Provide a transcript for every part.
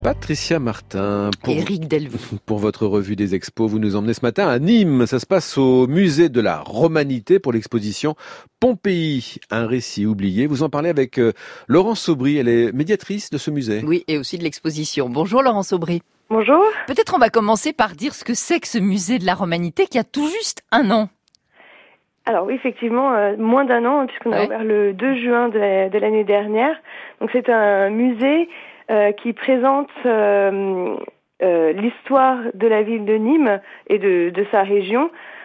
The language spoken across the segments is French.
Patricia Martin, Éric Delvaux. pour votre revue des expos, vous nous emmenez ce matin à Nîmes. Ça se passe au musée de la Romanité pour l'exposition Pompéi, un récit oublié. Vous en parlez avec Laurence Aubry, elle est médiatrice de ce musée. Oui, et aussi de l'exposition. Bonjour Laurence Aubry. Bonjour. Peut-être on va commencer par dire ce que c'est que ce musée de la Romanité qui a tout juste 1 an. Alors oui, effectivement, moins d'1 an, puisqu'on a ouvert le 2 juin de l'année dernière. Donc c'est un musée qui présente l'histoire de la ville de Nîmes et de sa région,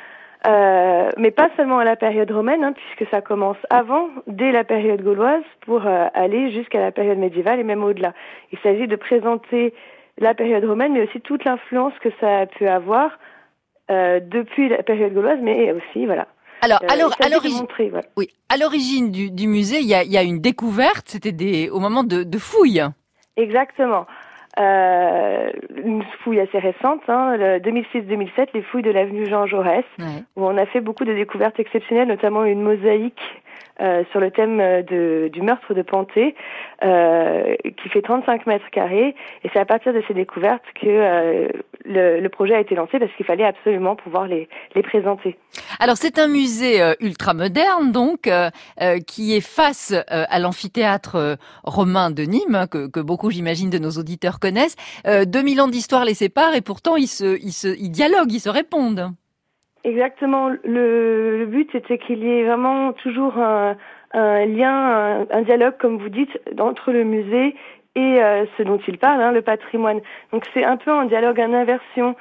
mais pas seulement à la période romaine, puisque ça commence avant, dès la période gauloise, pour aller jusqu'à la période médiévale et même au-delà. Il s'agit de présenter la période romaine, mais aussi toute l'influence que ça a pu avoir depuis la période gauloise, mais aussi, voilà. Alors, à l'origine du musée, il y a une découverte, c'était au moment de fouilles. Exactement. Une fouille assez récente, le 2006-2007, les fouilles de l'avenue Jean Jaurès, où on a fait beaucoup de découvertes exceptionnelles, notamment une mosaïque sur le thème du meurtre de Panthée, qui fait 35 mètres carrés. Et c'est à partir de ces découvertes que le projet a été lancé, parce qu'il fallait absolument pouvoir les présenter. Alors c'est un musée ultra moderne, donc qui est face à l'amphithéâtre romain de Nîmes, que beaucoup, j'imagine, de nos auditeurs connaissent. 2000 ans d'histoire les séparent, et pourtant ils dialoguent, ils se répondent. Exactement. Le but, c'était qu'il y ait vraiment toujours un lien, un dialogue, comme vous dites, entre le musée et ce dont il parle, le patrimoine. Donc c'est un peu un dialogue en inversion,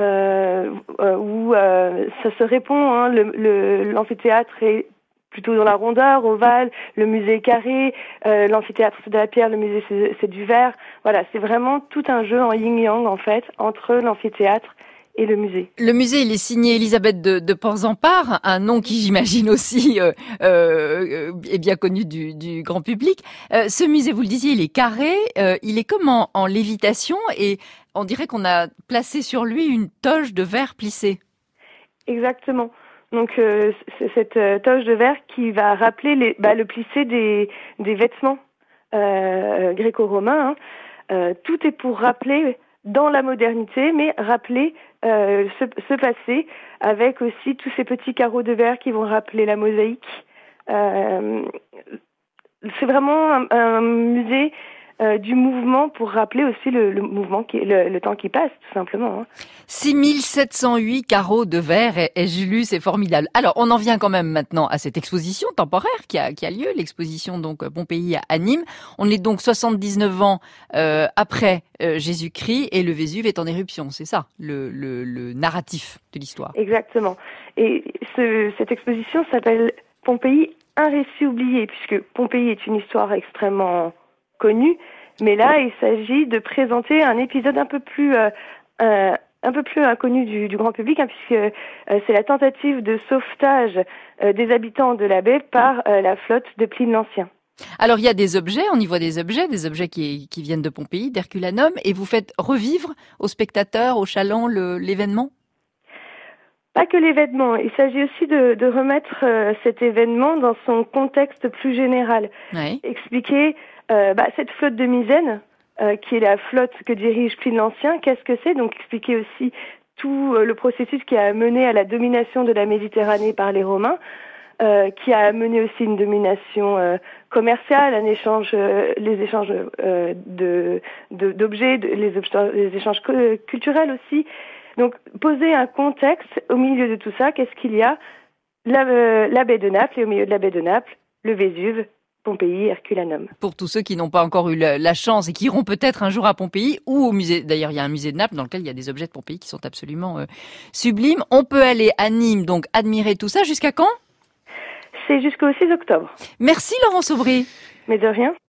où ça se répond. L'amphithéâtre est plutôt dans la rondeur, ovale, le musée est carré, l'amphithéâtre c'est de la pierre, le musée c'est du verre. Voilà, c'est vraiment tout un jeu en yin-yang, en fait, entre l'amphithéâtre et le musée. Le musée, il est signé Elisabeth de Porzampar, un nom qui, j'imagine aussi, est bien connu du grand public. Ce musée, vous le disiez, il est carré, il est comme en lévitation, et on dirait qu'on a placé sur lui une toge de verre plissée. Exactement. Donc c'est cette toge de verre qui va rappeler le plissé des vêtements gréco-romains. Tout est pour rappeler dans la modernité, mais rappeler ce passé, avec aussi tous ces petits carreaux de verre qui vont rappeler la mosaïque. C'est vraiment un musée du mouvement, pour rappeler aussi le mouvement, le temps qui passe, tout simplement. 6708 carreaux de verre, et j'ai lu, c'est formidable. Alors, on en vient quand même maintenant à cette exposition temporaire qui a lieu, l'exposition donc Pompéi à Nîmes. On est donc 79 ans après Jésus-Christ, et le Vésuve est en éruption, c'est ça, le narratif de l'histoire. Exactement. Et cette exposition s'appelle Pompéi, un récit oublié, puisque Pompéi est une histoire extrêmement connue, mais là, il s'agit de présenter un épisode un peu plus inconnu du grand public, puisque c'est la tentative de sauvetage des habitants de la baie par la flotte de Pline l'Ancien. Alors, il y a des objets, on y voit des objets qui viennent de Pompéi, d'Herculanum, et vous faites revivre aux spectateurs, aux chalands, l'événement ? Pas que l'événement, il s'agit aussi de remettre cet événement dans son contexte plus général. Oui. Expliquer cette flotte de Misène, qui est la flotte que dirige Pline l'Ancien, qu'est-ce que c'est ? Donc expliquer aussi tout le processus qui a mené à la domination de la Méditerranée par les Romains, qui a amené aussi une domination commerciale, les échanges d'objets, les échanges culturels aussi. Donc poser un contexte au milieu de tout ça. Qu'est-ce qu'il y a ? La baie de Naples, et au milieu de la baie de Naples, le Vésuve, Pompéi, Herculanum. Pour tous ceux qui n'ont pas encore eu la chance et qui iront peut-être un jour à Pompéi ou au musée. D'ailleurs, il y a un musée de Naples dans lequel il y a des objets de Pompéi qui sont absolument sublimes. On peut aller à Nîmes, donc admirer tout ça. Jusqu'à quand ? C'est jusqu'au 6 octobre. Merci Laurence Aubry. Mais de rien.